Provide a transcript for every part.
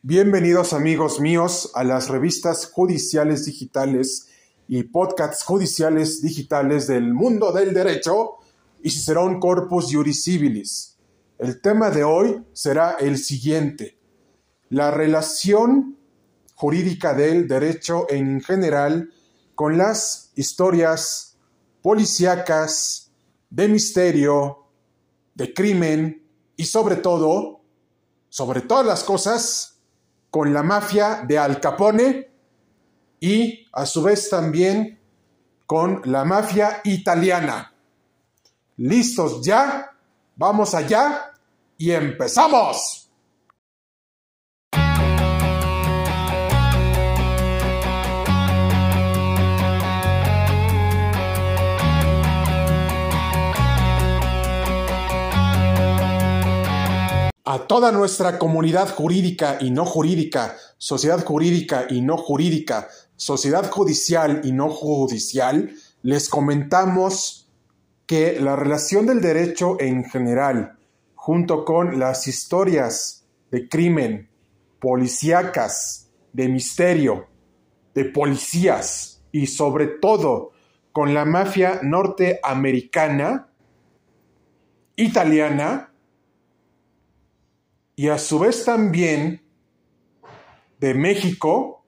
Bienvenidos amigos míos a las revistas judiciales digitales y podcasts judiciales digitales del mundo del derecho y Cicerón Corpus Iuris Civilis. El tema de hoy será el siguiente: la relación jurídica del derecho en general con las historias policíacas, de misterio, de crimen y sobre todas las cosas, con la mafia de Al Capone y a su vez también con la mafia italiana. ¿Listos ya? Vamos allá y empezamos. A toda nuestra comunidad jurídica y no jurídica, sociedad jurídica y no jurídica, sociedad judicial y no judicial, les comentamos que la relación del derecho en general, junto con las historias de crimen, policíacas, de misterio, de policías y sobre todo con la mafia norteamericana, italiana, y a su vez también de México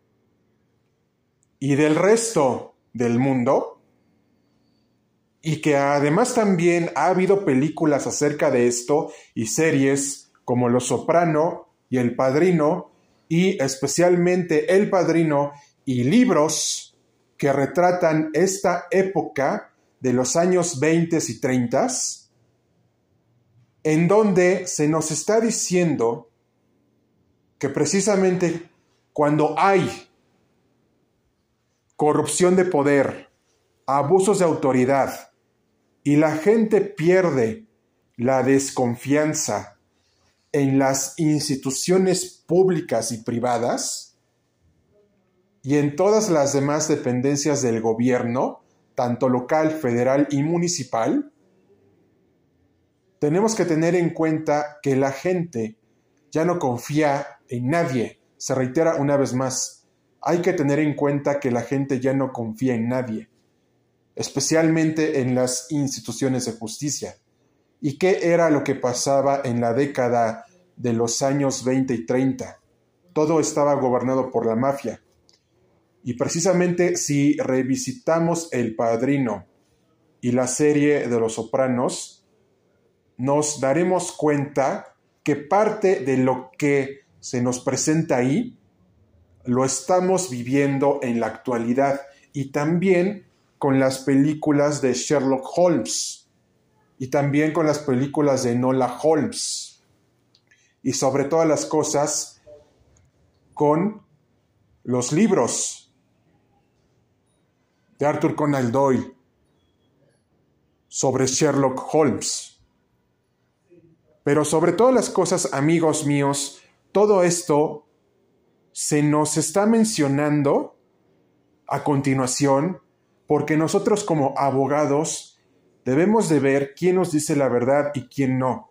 y del resto del mundo, y que además también ha habido películas acerca de esto y series como Los Soprano y El Padrino, y especialmente El Padrino, y libros que retratan esta época de los años 20 y 30, en donde se nos está diciendo que precisamente cuando hay corrupción de poder, abusos de autoridad y la gente pierde la desconfianza en las instituciones públicas y privadas y en todas las demás dependencias del gobierno, tanto local, federal y municipal, tenemos que tener en cuenta que la gente ya no confía en nadie. Se reitera una vez más, hay que tener en cuenta que la gente ya no confía en nadie, especialmente en las instituciones de justicia. ¿Y qué era lo que pasaba en la década de los años 20 y 30? Todo estaba gobernado por la mafia. Y precisamente si revisitamos El Padrino y la serie de Los Sopranos, nos daremos cuenta que parte de lo que se nos presenta ahí lo estamos viviendo en la actualidad, y también con las películas de Sherlock Holmes y también con las películas de Enola Holmes, y sobre todas las cosas con los libros de Arthur Conan Doyle sobre Sherlock Holmes. Pero sobre todas las cosas, amigos míos, todo esto se nos está mencionando a continuación porque nosotros como abogados debemos de ver quién nos dice la verdad y quién no.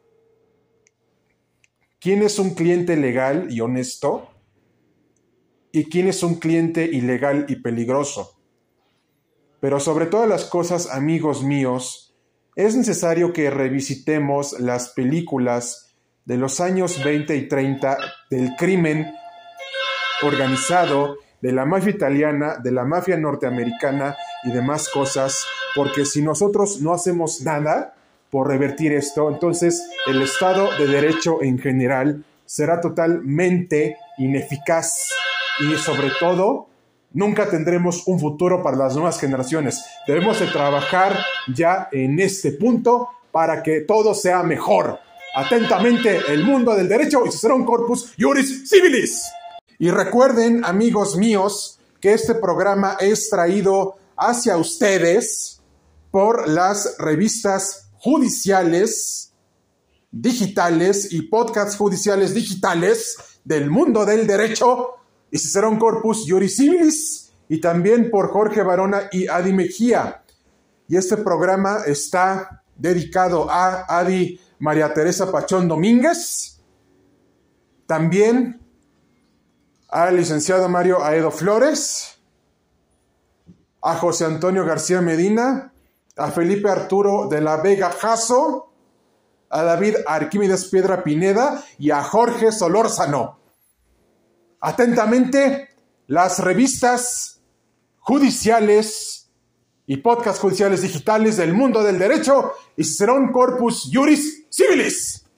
¿Quién es un cliente legal y honesto? ¿Y quién es un cliente ilegal y peligroso? Pero sobre todas las cosas, amigos míos, es necesario que revisitemos las películas de los años 20 y 30 del crimen organizado, de la mafia italiana, de la mafia norteamericana y demás cosas, porque si nosotros no hacemos nada por revertir esto, entonces el Estado de Derecho en general será totalmente ineficaz y sobre todo nunca tendremos un futuro para las nuevas generaciones. Debemos de trabajar ya en este punto para que todo sea mejor. Atentamente, el mundo del derecho y Cicerón Corpus Iuris Civilis. Y recuerden, amigos míos, que este programa es traído hacia ustedes por las revistas judiciales digitales y podcasts judiciales digitales del mundo del derecho y Cicerón Corpus Iuris Civilis, y también por Jorge Barona y Adi Mejía. Y este programa está dedicado a Adi María Teresa Pachón Domínguez, También al licenciado Mario Aedo Flores, a José Antonio García Medina, a Felipe Arturo de la Vega Jasso, a David Arquímedes Piedra Pineda y a Jorge Solórzano. Atentamente, las revistas judiciales y podcasts judiciales digitales del mundo del derecho y Cicerón Corpus Juris Civilis.